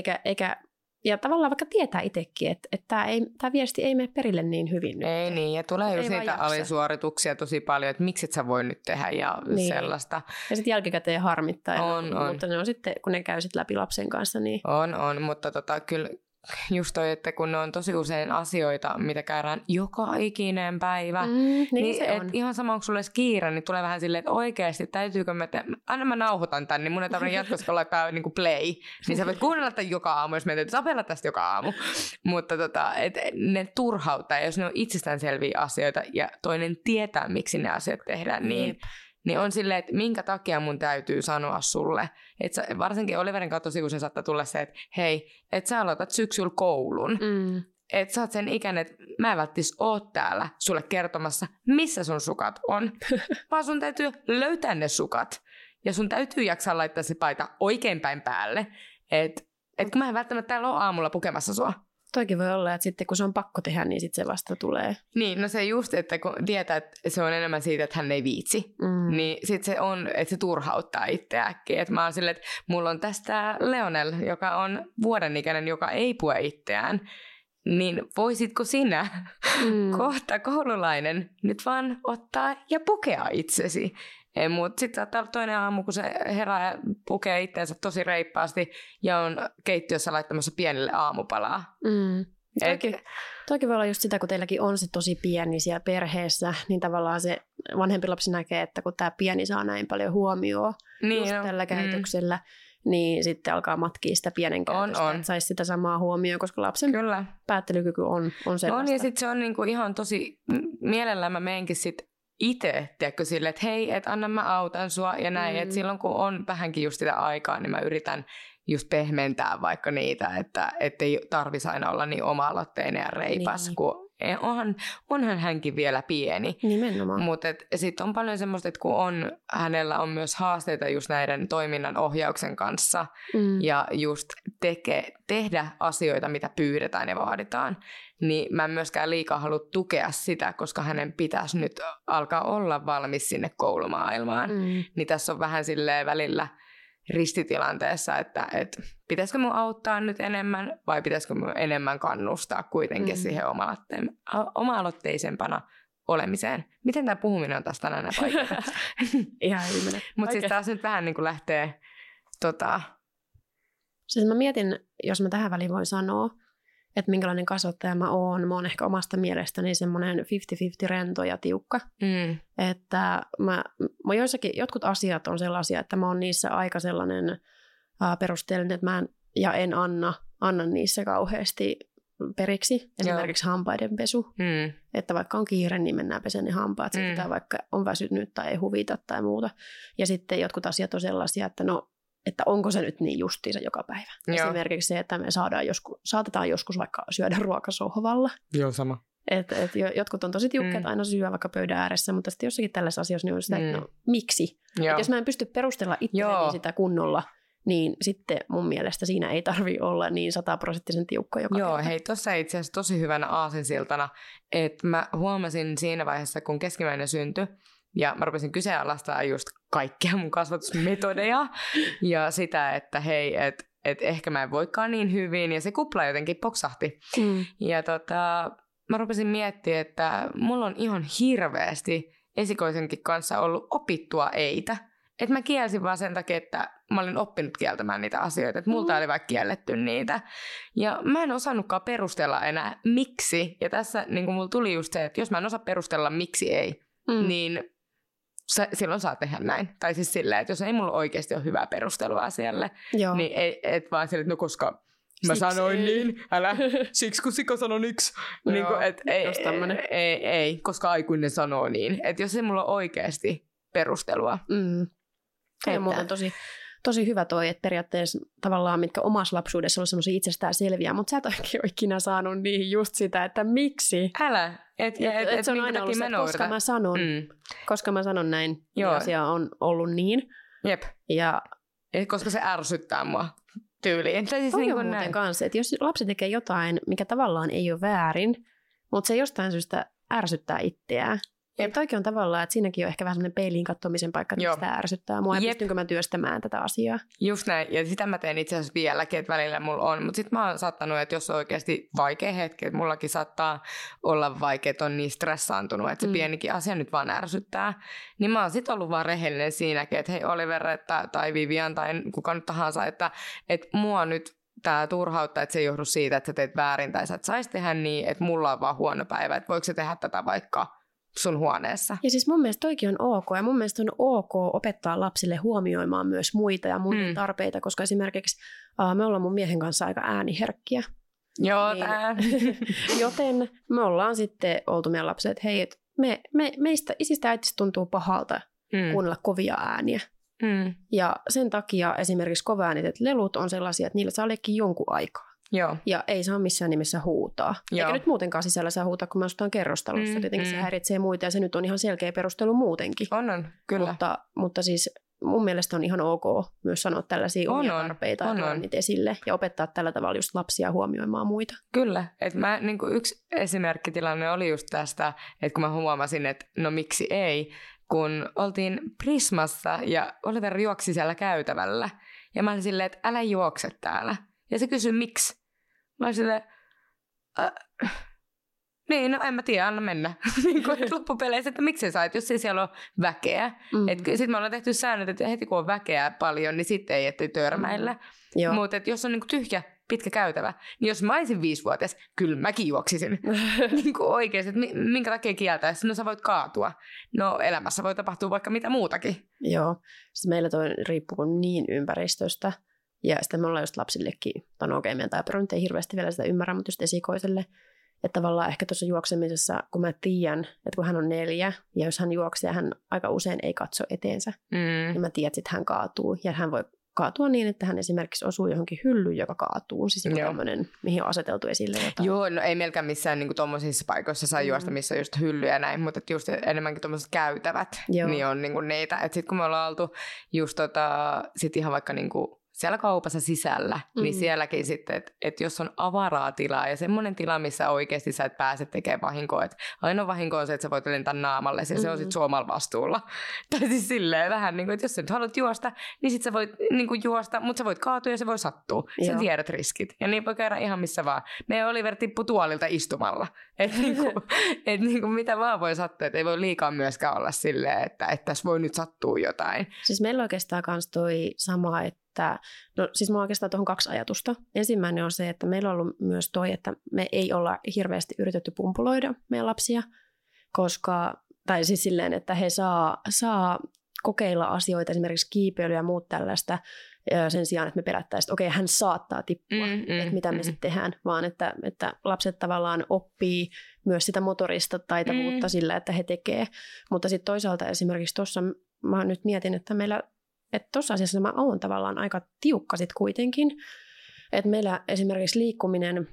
Ja tavallaan vaikka tietää itsekin, että tämä viesti ei mene perille niin hyvin.
Ei niin, ja tulee just niitä alisuorituksia tosi paljon, että miksi et sä voi nyt tehdä ja sellaista.
Ja sitten jälkikäteen harmittaa. On. Mutta ne on sitten, kun ne käy sitten läpi lapsen kanssa. Niin
On, mutta kyllä just toi, että kun ne on tosi usein asioita, mitä käydään joka ikinen päivä, niin se on. Ihan sama, kun sulla olisi kiire, niin tulee vähän silleen, että oikeasti täytyykö aina mä nauhoitan tän, niin mun ei tarvitse jatkossa laittaa niin kuin play. Niin sä voit kuunnella tämän joka aamu, jos meidän täytyy sapella tästä joka aamu. Mutta ne turhauttaa, jos ne on itsestäänselviä asioita ja toinen tietää, miksi ne asiat tehdään niin on silleen, että minkä takia mun täytyy sanoa sulle. Että varsinkin Oliverin kautta tosi usein saattaa tulla se, että hei, että sä aloitat syksyllä koulun. Että sä oot sen ikäinen, että mä en välttis oo täällä sulle kertomassa, missä sun sukat on. Vaan sun täytyy löytää ne sukat. Ja sun täytyy jaksaa laittaa se paita oikein päin päälle. Että kun mä en välttämättä täällä ole aamulla pukemassa sua.
Toikin voi olla, että sitten kun se on pakko tehdä, niin sitten se vasta tulee.
Niin, no se just, että kun tietää, että se on enemmän siitä, että hän ei viitsi, niin sitten se on, että se turhauttaa itseäkin. Että mä oon silleen, että mulla on tästä Leonel, joka on vuoden ikäinen, joka ei pue itseään. Niin voisitko sinä, kohta koululainen, nyt vaan ottaa ja pukea itsesi? Mutta sitten saattaa olla toinen aamu, kun se herää ja pukee itseensä tosi reippaasti ja on keittiössä laittamassa pienille aamupalaa.
Toikin voi olla just sitä, kun teilläkin on se tosi pieni siellä perheessä, niin tavallaan se vanhempi lapsi näkee, että kun tämä pieni saa näin paljon huomioon just tällä käytöksellä, niin sitten alkaa matkia sitä pienen käytöstä, että saisi sitä samaa huomioon, koska lapsen päättelykyky on sellaista.
On, ja sitten se on niinku ihan tosi, mielellään mä menenkin sitten itse, tiedätkö, sille, että hei, että anna mä autan sua ja näin, että silloin kun on vähänkin just sitä aikaa, niin mä yritän just pehmentää vaikka niitä, että ei tarvitsisi aina olla niin oma-aloitteinen ja reipas, kun onhan hänkin vielä pieni.
Nimenomaan.
Mutta sitten on paljon semmoista, että kun hänellä on myös haasteita just näiden toiminnan ohjauksen kanssa ja just tehdä asioita, mitä pyydetään ja vaaditaan, niin mä en myöskään liikaa halua tukea sitä, koska hänen pitäisi nyt alkaa olla valmis sinne koulumaailmaan. Niin tässä on vähän silleen välillä ristitilanteessa, että pitäisikö mun auttaa nyt enemmän vai pitäisikö mun enemmän kannustaa kuitenkin siihen oma-aloitteisempana olemiseen. Miten tämä puhuminen on taas tänään vaikeaa?
Ihan ei mene.
Mutta siis taas nyt vähän niin kuin lähtee
Siis mä mietin, jos mä tähän väliin voin sanoa, että minkälainen kasvattaja mä oon ehkä omasta mielestäni semmoinen 50-50 rento ja tiukka. Että jotkut asiat on sellaisia, että mä oon niissä aika sellainen perusteellinen, että mä en anna niissä kauheasti periksi, esimerkiksi hampaiden pesu. Että vaikka on kiire, niin mennään pesään ne hampaat, tai vaikka on väsynyt tai ei huvita tai muuta. Ja sitten jotkut asiat on sellaisia, että että onko se nyt niin justiinsa joka päivä. Joo. Esimerkiksi se, että me saatetaan joskus vaikka syödä ruokasohvalla.
Joo, sama.
Jotkut on tosi tiukkeet aina syö vaikka pöydän ääressä, mutta sitten jossakin tällaisessa asiassa niin on sitä, että miksi? Että jos mä en pysty perustella itselleni sitä kunnolla, niin sitten mun mielestä siinä ei tarvitse olla niin 100% tiukka joka kerta.
Hei, tuossa itse asiassa tosi hyvänä aasinsiltana, että mä huomasin siinä vaiheessa, kun keskimmäinen syntyi, ja mä rupesin kyseenalaistamaan just kaikkia mun kasvatusmetodeja ja sitä, että hei, että ehkä mä en voikaan niin hyvin, ja se kupla jotenkin poksahti. Ja mä rupesin miettimään, että mulla on ihan hirveästi esikoisenkin kanssa ollut opittua eitä. Että mä kielsin vaan sen takia, että mä olin oppinut kieltämään niitä asioita. Että multa oli vaikka kielletty niitä. Ja mä en osannutkaan perustella enää miksi. Ja tässä niin mulla tuli just se, että jos mä en osaa perustella miksi ei, niin silloin saa tehdä näin. Tai siis silleen, että jos ei mulla oikeasti ole hyvää perustelua asialle, niin et vaan silleen, että no koska mä sanoin ei. Niin, älä, siksi kun Sika sanoi yksi. Niin ei, koska aikuinen sanoo niin. Että jos ei mulla ole oikeasti perustelua.
Ei muuten tosi hyvä toi, että periaatteessa tavallaan, mitkä omassa lapsuudessa on semmoisia itsestään selviä, mutta sä et oikein ole ikinä saanut niihin just sitä, että miksi.
Älä. Et
se on aina ollut se, koska mä sanon näin, niin asia on ollut niin.
Jep.
Ja
koska se ärsyttää mua tyyliin.
Siis niin muuten näin. Kanssa, että jos lapsi tekee jotain, mikä tavallaan ei ole väärin, mutta se jostain syystä ärsyttää itseään. Ja toikin on tavallaan, että siinäkin on ehkä vähän sellainen peiliin katsomisen paikka, että sitä ärsyttää mua, ja pystynkö mä työstämään tätä asiaa.
Just näin, ja sitä mä teen itse asiassa vieläkin, että välillä mulla on, mutta sitten mä oon saattanut, että jos on oikeasti vaikea hetki, että mullakin saattaa olla vaikea, että on niin stressaantunut, että se pienikin asia nyt vaan ärsyttää, niin mä oon sitten ollut vaan rehellinen siinäkin, että hei Oliver tai Vivian tai kuka nyt tahansa, että mua nyt tämä turhauttaa, että se ei johdu siitä, että sä teet väärin tai sä et saisi tehdä niin, että mulla on vaan huono päivä, että voiko sä tehdä tätä vaikka sun huoneessa.
Ja siis mun mielestä toikin on ok, ja mun mielestä on ok opettaa lapsille huomioimaan myös muita ja muiden tarpeita, koska esimerkiksi me ollaan mun miehen kanssa aika ääniherkkiä.
Joo,
niin, joten me ollaan sitten oltu meidän lapsille, että hei, et meistä isistä ja äitistä tuntuu pahalta kuunnella kovia ääniä. Ja sen takia esimerkiksi kovaääniset lelut on sellaisia, että niillä saa leikkiä jonkun aikaa.
Joo.
Ja ei saa missään nimessä huutaa. Joo. Eikä nyt muutenkaan sisällä saa huutaa, kun me asutaan kerrostalossa. Tietenkin se häiritsee muita ja se nyt on ihan selkeä perustelu muutenkin.
On, kyllä.
Mutta siis mun mielestä on ihan ok myös sanoa tällaisia omia tarpeita ja tuoda niitä esille ja opettaa tällä tavalla just lapsia huomioimaan muita.
Kyllä. Et yksi esimerkkitilanne oli just tästä, että kun mä huomasin, että no miksi ei, kun oltiin Prismassa ja Oliver juoksi siellä käytävällä. Ja mä olin silleen, että älä juokse täällä. Ja se kysyi, miksi? Mä olin silleen, niin, no en mä tiedä, anna mennä. Loppupeleissä, että miksi sä saat, jos ei siellä ole väkeä. Sitten me ollaan tehty säännöt, että heti kun on väkeä paljon, niin sitten ei ettei törmäillä. Mutta jos on niinku tyhjä, pitkä käytävä, niin jos mä olisin 5-vuotias, kyllä mäkin juoksisin. Oikeasti, että minkä takia kieltäisi? No sä voit kaatua. No elämässä voi tapahtua vaikka mitä muutakin.
Joo, siis meillä toi riippuu niin ympäristöstä. Ja sitten me ollaan just lapsillekin, meidän taipero nyt ei hirveästi vielä sitä ymmärrä, mutta just esikoiselle. Että tavallaan ehkä tuossa juoksemisessa, kun mä tiedän, että kun hän on 4, ja jos hän juoksee ja hän aika usein ei katso eteensä, niin mä tiedän, että sitten hän kaatuu. Ja hän voi kaatua niin, että hän esimerkiksi osuu johonkin hyllyyn, joka kaatuu. Siis joku tämmöinen, mihin on aseteltu esille jotain.
Joo, no ei melkein missään niin tuommoisissa paikoissa saa juosta, missä on just hyllyjä ja näin, mutta just enemmänkin tuommoiset käytävät, niin on niin niitä. Että sitten kun me ollaan oltu just sit ihan vaikka siellä kaupassa sisällä, niin sielläkin sitten, että jos on avaraa tilaa ja semmoinen tila, missä oikeasti sä et pääse tekemään vahinkoa, että ainoa vahinko on se, että sä voit lentää naamalle, ja se on sitten suomalla vastuulla. Tai siis silleen vähän, että jos sä nyt haluat juosta, niin sit sä voit juosta, mutta sä voit kaatua ja se voi sattua. Sä tiedät riskit. Ja niin voi käydä ihan missä vaan. Meidän Oliver tippui tuolilta istumalla. Että mitä vaan voi sattua, että ei voi liikaa myöskään olla silleen, että tässä voi nyt sattua jotain.
Siis meillä oikeastaan kans toi sama, no siis mulla on oikeastaan tuohon 2 ajatusta. Ensimmäinen on se, että meillä on ollut myös toi, että me ei olla hirveästi yritetty pumpuloida meidän lapsia, tai siis silleen, että he saa kokeilla asioita, esimerkiksi kiipeilyä ja muut tällaista, sen sijaan, että me pelättäisiin, että okei, hän saattaa tippua, että mitä me sitten tehdään, vaan että lapset tavallaan oppii myös sitä motorista taitavuutta sillä, että he tekee. Mutta sitten toisaalta esimerkiksi tuossa mä nyt mietin, että meillä, että tuossa asiassa mä oon tavallaan aika tiukka sitten kuitenkin, että meillä esimerkiksi liikkuminen,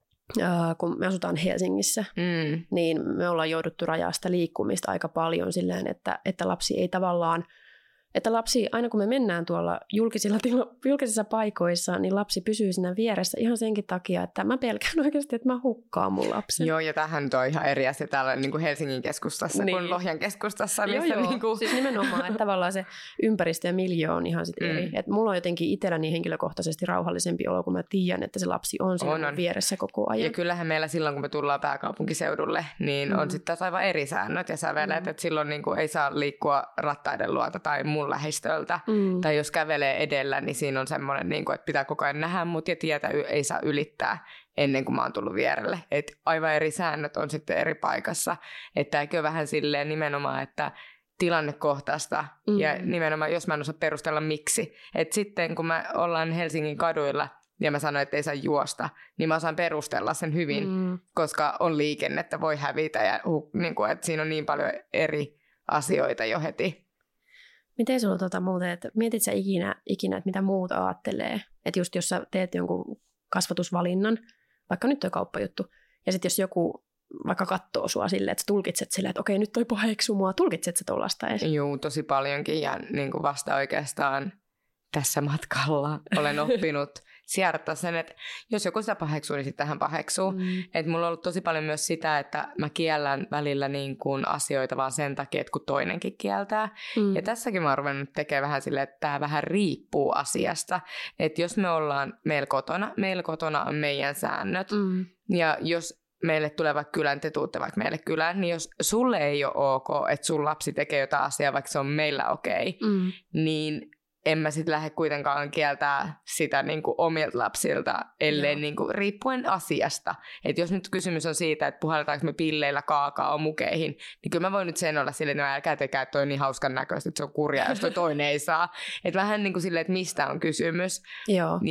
kun me asutaan Helsingissä, niin me ollaan jouduttu rajaa sitä liikkumista aika paljon silleen, että lapsi ei tavallaan, että lapsi, aina kun me mennään tuolla julkisissa paikoissa, niin lapsi pysyy siinä vieressä ihan senkin takia, että mä pelkään oikeasti, että mä hukkaan mun lapsen.
Joo, ja tämähän nyt on ihan eri asia täällä niin kuin Helsingin keskustassa kuin Lohjan keskustassa. Missä
Joo.
Niin kuin...
Siis nimenomaan, että tavallaan se ympäristö ja miljö on ihan sitten eri. Että mulla on jotenkin itselläni henkilökohtaisesti rauhallisempi olo, kun mä tiedän, että se lapsi on siinä vieressä koko ajan.
Ja kyllähän meillä silloin, kun me tullaan pääkaupunkiseudulle, niin on sitten taas aivan eri säännöt ja sävelet, että silloin niin kuin ei saa liikkua rattaiden luota tai mun lähistöltä. Tai jos kävelee edellä, niin siinä on semmoinen, niin kuin, että pitää koko ajan nähdä mut ja tietä ei saa ylittää ennen kuin mä oon tullut vierelle. Et aivan eri säännöt on sitten eri paikassa. Että eikö vähän silleen nimenomaan, että tilannekohtaista ja nimenomaan, jos mä en osaa perustella miksi. Että sitten kun me ollaan Helsingin kaduilla ja mä sanoin, että ei saa juosta, niin mä osaan perustella sen hyvin, koska on liikennettä, voi hävitä ja niin kuin, että siinä on niin paljon eri asioita jo heti.
Miten sulla muuten, että mietit sä ikinä, että mitä muut ajattelee? Että just jos sä teet jonkun kasvatusvalinnan, vaikka nyt toi kauppajuttu, ja sitten jos joku vaikka katsoo sua silleen, että sä tulkitset silleen, että okei, nyt toi paheksuu mua, tulkitset sä tuollaista edes?
Joo, tosi paljonkin, ja niin kuin vasta oikeastaan tässä matkalla olen oppinut siirtää sen, että jos joku sitä paheksuu, niin sitten hän paheksuu. Että mulla on ollut tosi paljon myös sitä, että mä kiellän välillä niin kuin asioita vaan sen takia, että kun toinenkin kieltää. Ja tässäkin mä oon ruvennut tekemään vähän silleen, että tämä vähän riippuu asiasta. Että jos me ollaan meillä kotona on meidän säännöt. Ja jos meille tulee vaikka kylään, te tuutte vaikka meille kylään, niin jos sulle ei ole ok, että sun lapsi tekee jotain asiaa, vaikka se on meillä okei, niin en mä sitten lähde kuitenkaan kieltää sitä niinku omilta lapsilta, ellei niinku, riippuen asiasta. Että jos nyt kysymys on siitä, että puhalletaanko me pilleillä mukeihin, niin kyllä mä voin nyt sen olla silleen, että älkää tekää, että toi on niin hauskan näköistä, että se on kurjaa, jos toi toinen ei saa. Että vähän niin kuin silleen, että mistä on kysymys.
Joo.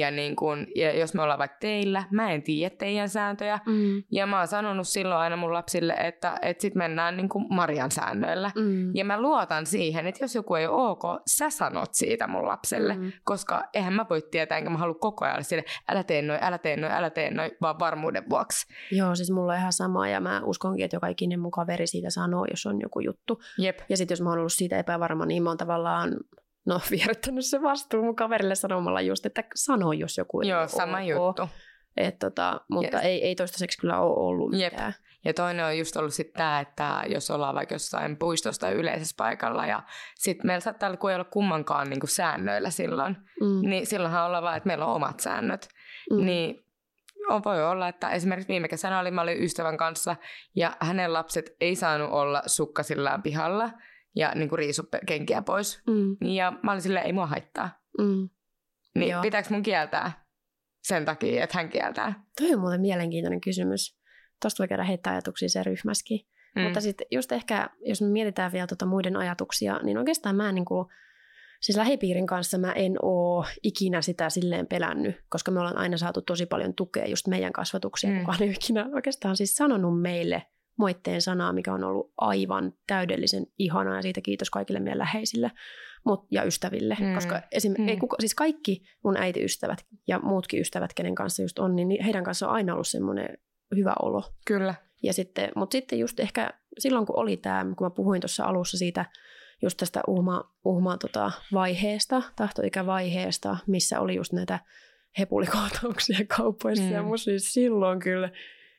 Ja jos me ollaan vaikka teillä, mä en tiedä teidän sääntöjä. Ja mä oon sanonut silloin aina mun lapsille, että sit mennään niin kuin Marian säännöillä. Ja mä luotan siihen, että jos joku ei ole ok, sä sanot siitä mun lapselle, koska eihän mä voi tietää, enkä mä halua koko ajan sille, älä tee noin, vaan varmuuden vuoksi.
Joo, siis mulla on ihan sama, ja mä uskonkin, että joka ikinen mun kaveri siitä sanoo, jos on joku juttu.
Jep.
Ja sitten jos mä oon ollut siitä epävarma, niin mä oon tavallaan vierittänyt se vastuu mun kaverille sanomalla just, että sano, jos joku ei
Joo, sama juttu.
Mutta ei toistaiseksi kyllä ole ollut mitään.
Ja toinen on just ollut sitten tämä, että jos ollaan vaikka jossain puistossa tai yleisessä paikalla ja sitten meillä saattaa olla, kun ei ole kummankaan niinku säännöillä silloin, niin silloinhan ollaan vaan, että meillä on omat säännöt. Niin voi olla, että esimerkiksi viime kesänä mä olin ystävän kanssa ja hänen lapset ei saanut olla sukkasillaan pihalla ja niinku riisu kenkiä pois. Ja mä olin silleen, ei mua haittaa. Niin pitääkö mun kieltää sen takia, että hän kieltää?
Toi on muuten mielenkiintoinen kysymys. Tuosta voi käydä heittää ajatuksia se ryhmäskin. Mutta sitten just ehkä, jos me mietitään vielä muiden ajatuksia, niin oikeastaan mä siis lähipiirin kanssa mä en ole ikinä sitä silleen pelännyt, koska me ollaan aina saatu tosi paljon tukea just meidän kasvatukseen. Kukaan ei ole ikinä oikeastaan siis sanonut meille moitteen sanaa, mikä on ollut aivan täydellisen ihanaa, ja siitä kiitos kaikille meidän läheisille ja ystäville, koska siis kaikki mun äitiystävät ja muutkin ystävät, kenen kanssa just on, niin heidän kanssa on aina ollut semmoinen hyvä olo.
Kyllä.
Ja mutta sitten just ehkä silloin, kun oli tämä, kun mä puhuin tuossa alussa siitä, just tästä vaiheesta, tahtoikävaiheesta, missä oli just näitä hepulikohtauksia kauppoissa, ja musta siis silloin kyllä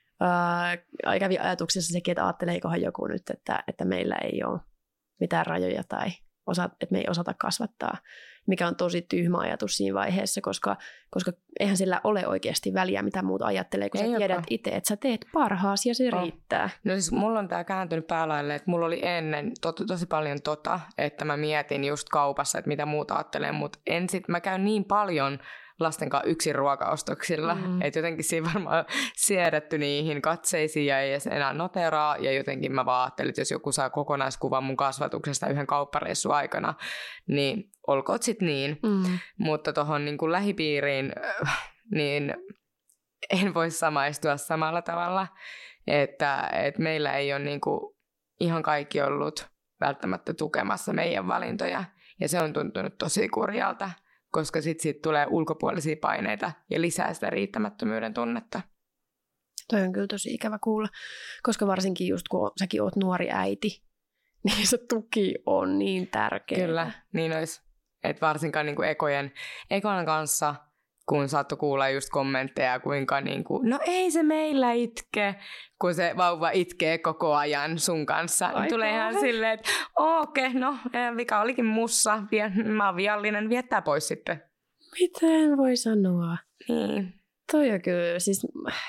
kävi ajatuksessa sekin, että ajatteleekohan joku nyt, että meillä ei ole mitään rajoja tai että me ei osata kasvattaa, mikä on tosi tyhmä ajatus siinä vaiheessa, koska eihän sillä ole oikeasti väliä, mitä muuta ajattelee, kun sä tiedät itse, että sä teet parhaasi ja se riittää.
No siis mulla on tää kääntynyt päälaille, että mulla oli ennen tosi paljon että mä mietin just kaupassa, että mitä muuta ajattelee, mutta mä käyn niin paljon lasten kanssa yksin ruokaostoksilla. Että jotenkin siinä varmaan siedätty niihin katseisiin ja ei edes enää noteraa. Ja jotenkin mä vaan ajattelin, että jos joku saa kokonaiskuvan mun kasvatuksesta yhden kauppareissun aikana, niin olkoot sit niin. Mutta tuohon niin kuin lähipiiriin, niin en voi samaistua samalla tavalla. Että meillä ei ole niin kuin ihan kaikki ollut välttämättä tukemassa meidän valintoja. Ja se on tuntunut tosi kurjalta, koska siitä tulee ulkopuolisia paineita ja lisää sitä riittämättömyyden tunnetta.
Toi on kyllä tosi ikävä kuulla, koska varsinkin just kun säkin oot nuori äiti, niin se tuki on niin tärkeää.
Kyllä, niin olisi. Että varsinkaan niin kuin ekon kanssa, kun saattoi kuulla just kommentteja, kuinka niin kuin, no ei se meillä itke, kun se vauva itkee koko ajan sun kanssa. Niin tulee ihan silleen, että okei, no vika olikin mussa, mä oon viallinen, viettää pois sitten.
Miten voi sanoa?
Niin.
Toi on kyllä, siis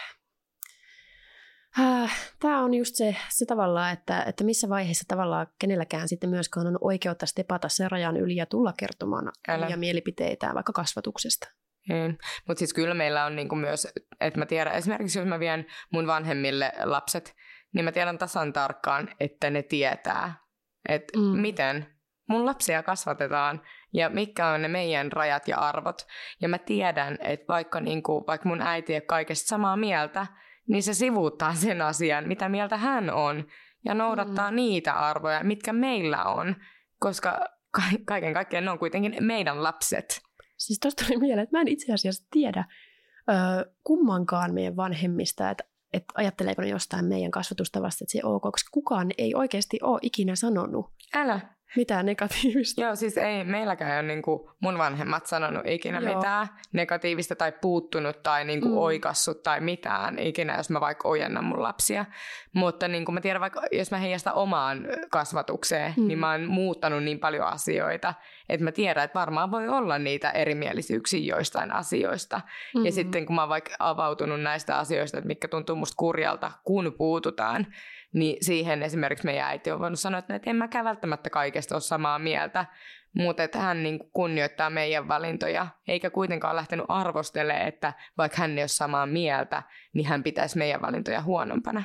tämä on just se tavallaan, että missä vaiheessa tavallaan kenelläkään sitten myöskään on oikeutta stepata sen rajan yli ja tulla kertomaan omia mielipiteitään vaikka kasvatuksesta.
Mutta siis kyllä meillä on niinku myös, että mä tiedän, esimerkiksi jos mä vien mun vanhemmille lapset, niin mä tiedän tasan tarkkaan, että ne tietää, että miten mun lapsia kasvatetaan ja mitkä on ne meidän rajat ja arvot. Ja mä tiedän, että vaikka mun äiti ei ole kaikesta samaa mieltä, niin se sivuuttaa sen asian, mitä mieltä hän on, ja noudattaa niitä arvoja, mitkä meillä on, koska kaiken kaikkiaan ne on kuitenkin meidän lapset.
Siis tosta tuli mieleen, että mä en itse asiassa tiedä kummankaan meidän vanhemmista, että ajatteleeko ne jostain meidän kasvatustavasta, että se on ok, koska kukaan ei oikeasti ole ikinä sanonut.
Älä.
Mitään negatiivista.
Joo, siis ei meilläkään ole niinku mun vanhemmat sanonut ikinä mitään negatiivista tai puuttunut tai niinku oikassut tai mitään ikinä, jos mä vaikka ojennan mun lapsia. Mutta niinku mä tiedän, vaikka jos mä heijastan omaan kasvatukseen, niin mä oon muuttanut niin paljon asioita, että mä tiedän, että varmaan voi olla niitä erimielisyyksiä joistain asioista. Ja sitten kun mä oon vaikka avautunut näistä asioista, että mitkä tuntuu musta kurjalta, kun puututaan, niin siihen esimerkiksi meidän äiti on voinut sanoa, että en mäkään välttämättä kaikesta ole samaa mieltä, mutta että hän niin kuin kunnioittaa meidän valintoja, eikä kuitenkaan lähtenyt arvostelemaan, että vaikka hän ei ole samaa mieltä, niin hän pitäisi meidän valintoja huonompana.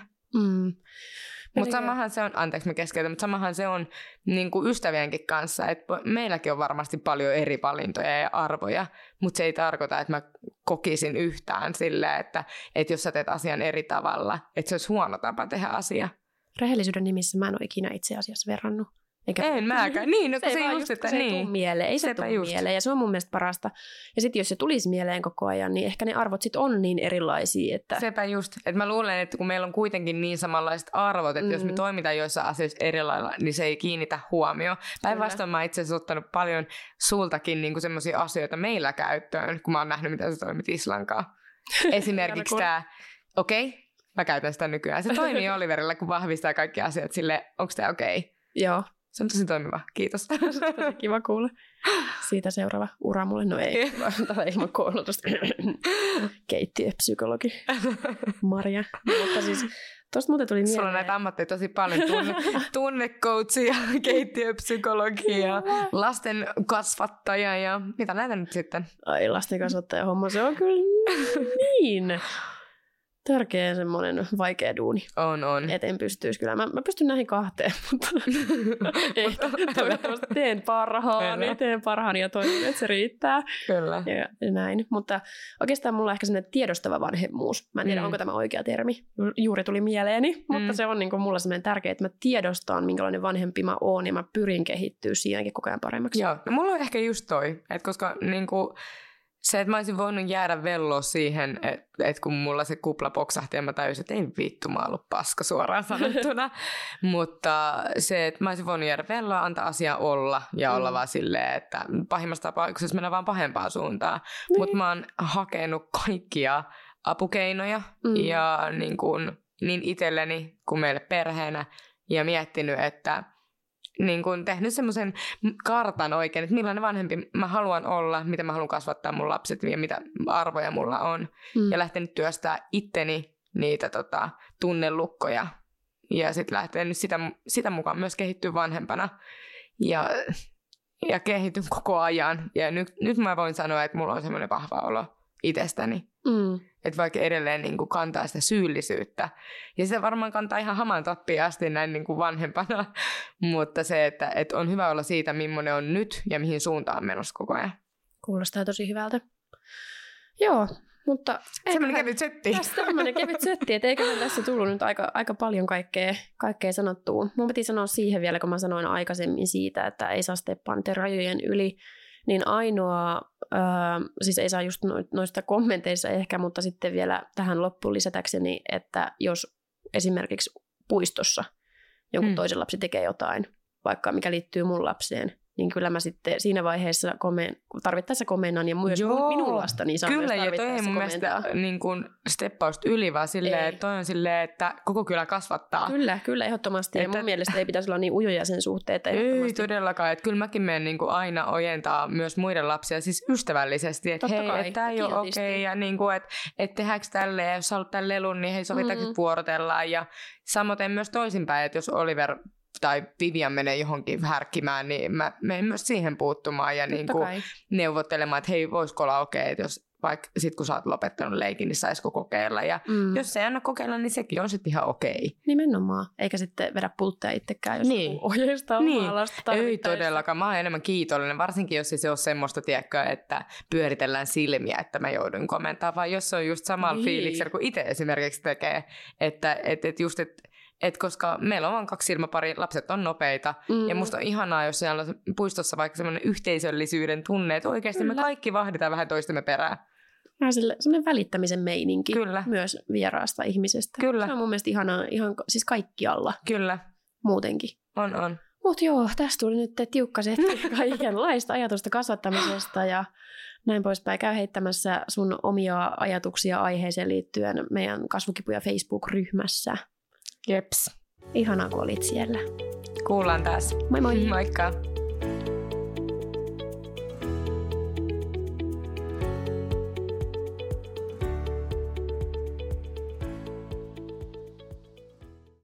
Mutta samahan se on, anteeksi mä keskeytän, mutta samahan se on niin kuin ystävienkin kanssa, että meilläkin on varmasti paljon eri valintoja ja arvoja, mutta se ei tarkoita, että mä kokisin yhtään silleen, että jos sä teet asian eri tavalla, että se olisi huono tapa tehdä asia.
Rehellisyyden nimissä mä en ole ikinä itse asiassa verrannut.
En mäkään. Niin, no,
se ei just, että se ei tule mieleen. Ei se tule mieleen. Ja se on mun mielestä parasta. Ja sitten jos se tulisi mieleen koko ajan, niin ehkä ne arvot sitten on niin erilaisia. Että
sepä just. Että mä luulen, että kun meillä on kuitenkin niin samanlaiset arvot, että jos me toimitaan joissain asioissa eri lailla, niin se ei kiinnitä huomioon. Päinvastoin mä itse asiassa ottanut paljon sultakin niin semmoisia asioita meillä käyttöön, kun mä oon nähnyt, mitä sä toimit Islankaan. Esimerkiksi tämä, mä käytän sitä nykyään. Se toimii Oliverilla, kun vahvistaa kaikki asiat silleen, onko tämä okei?
Joo.
Se on tosi toimiva. Kiitos.
Tosi kiva kuulla. Siitä seuraava ura mulle. No ei, ilman koulutusta. Keittiöpsykologi. Marja. Mutta siis tosta muuten tuli mieleen.
Sulla on näitä ammatteja tosi paljon. Tunnecoachia, keittiöpsykologia, lasten kasvattaja ja mitä näitä nyt sitten?
Ai, lasten kasvattaja homma, se on kyllä niin tärkeä semmoinen vaikea duuni.
On.
Et en pystyisi kyllä. Mä pystyn näihin kahteen, mutta toivottavasti teen parhaani ja toivon, että se riittää.
Kyllä.
Ja näin. Mutta oikeastaan mulla on ehkä semmoinen tiedostava vanhemmuus. Mä en tiedä, onko tämä oikea termi. Juuri tuli mieleeni, mutta se on niin kuin mulla semmoinen tärkeä, että mä tiedostan, minkälainen vanhempi mä oon ja mä pyrin kehittyä siinäkin koko ajan paremmaksi.
Joo, no mulla on ehkä just toi, että koska niinku se, että mä olisin voinut jäädä velloa siihen, että kun mulla se kupla poksahti ja mä tajusin, että ei vittu, mä oon ollut paska suoraan sanottuna. Mutta se, että mä olisin voinut jäädä velloa, antaa asiaa olla ja olla vaan silleen, että pahimmassa tapauksessa mennään vaan pahempaan suuntaan. Mutta mä oon hakenut kaikkia apukeinoja ja niin itselleni kuin meille perheenä ja miettinyt, että niin kuin tehnyt semmoisen kartan oikein, että millainen vanhempi mä haluan olla, mitä mä haluan kasvattaa mun lapset ja mitä arvoja mulla on. Ja lähtenyt työstää itteni niitä tunnelukkoja ja sitten lähtenyt sitä mukaan myös kehittyä vanhempana. Ja ja kehityn koko ajan. Ja nyt mä voin sanoa, että mulla on semmoinen vahva olo itsestäni. Että vaikka edelleen niin kuin kantaa sitä syyllisyyttä. Ja se varmaan kantaa ihan hamaan tappiin asti näin niin kuin vanhempana. Mutta se, että on hyvä olla siitä, millainen on nyt ja mihin suuntaan menossa koko ajan.
Kuulostaa tosi hyvältä. Joo, mutta...
Semmoinen kevyt setti.
Semmoinen kevyt setti, että eiköhän tässä tullut nyt aika paljon kaikkea sanottua. Mun piti sanoa siihen vielä, kun mä sanoin aikaisemmin siitä, että ei saa steppaa rajojen yli, niin ainoa, siis ei saa just noista kommenteissa ehkä, mutta sitten vielä tähän loppuun lisätäkseni, että jos esimerkiksi puistossa jonkun toisen lapsi tekee jotain, vaikka mikä liittyy mun lapseen, niin kyllä mä sitten siinä vaiheessa tarvittaessa komennan ja myös minun lastani saa
kyllä,
myös tarvittaessa
komentaa. Kyllä, ja toi ei mun mielestä niin kuin steppausta yli, vaan silleen, että toi on silleen, että koko kylä kasvattaa.
Kyllä, ehdottomasti. Että... Ja mun mielestä ei pitäisi olla niin ujoja sen suhteen, että
ei todellakaan. Että kyllä mäkin menen niin kuin aina ojentaa myös muiden lapsia, siis ystävällisesti, että hei, että tämä ei ole okei, ja niin kuin, että tehdäänkö tälleen, ja jos haluat tämän lelun, niin hei, sovitaanko vuorotellaan. Ja samoin myös toisinpäin, että jos Oliver tai Vivian menee johonkin härkkimään, niin mä menen myös siihen puuttumaan ja niin kuin neuvottelemaan, että hei, voisiko olla okei, että jos vaikka sit kun sä oot lopettanut leikin, niin saisiko kokeilla. Ja jos se ei anna kokeilla, niin sekin on sitten ihan okei.
Nimenomaan. Eikä sitten vedä pultteja itsekään, jos ohjeistaa omaa lasta tarvittaessa. Ei
todellakaan. Mä oon enemmän kiitollinen, varsinkin jos se on semmoista, tiedätkö, että pyöritellään silmiä, että mä joudun komentamaan, vaan jos se on just samalla fiiliksellä kuin itse esimerkiksi tekee, että just, että koska meillä on vain 2 silmäpari, lapset on nopeita, ja musta on ihanaa, jos siellä on puistossa vaikka semmoinen yhteisöllisyyden tunne, että oikeasti me kaikki vahditaan vähän toistemme perään.
Vähän semmoinen välittämisen meininki myös vieraasta ihmisestä.
Kyllä.
Se on mun mielestä ihanaa ihan siis kaikkialla.
Kyllä.
Muutenkin.
On.
Mutta joo, tässä tuli nyt tiukkaset kaikenlaista ajatusta kasvattamisesta ja näin poispäin. Käy heittämässä sun omia ajatuksia aiheeseen liittyen meidän Kasvukipuja Facebook-ryhmässä.
Jeps.
Ihanaa, kun olit siellä.
Kuullaan taas.
Moi moi.
Moikka.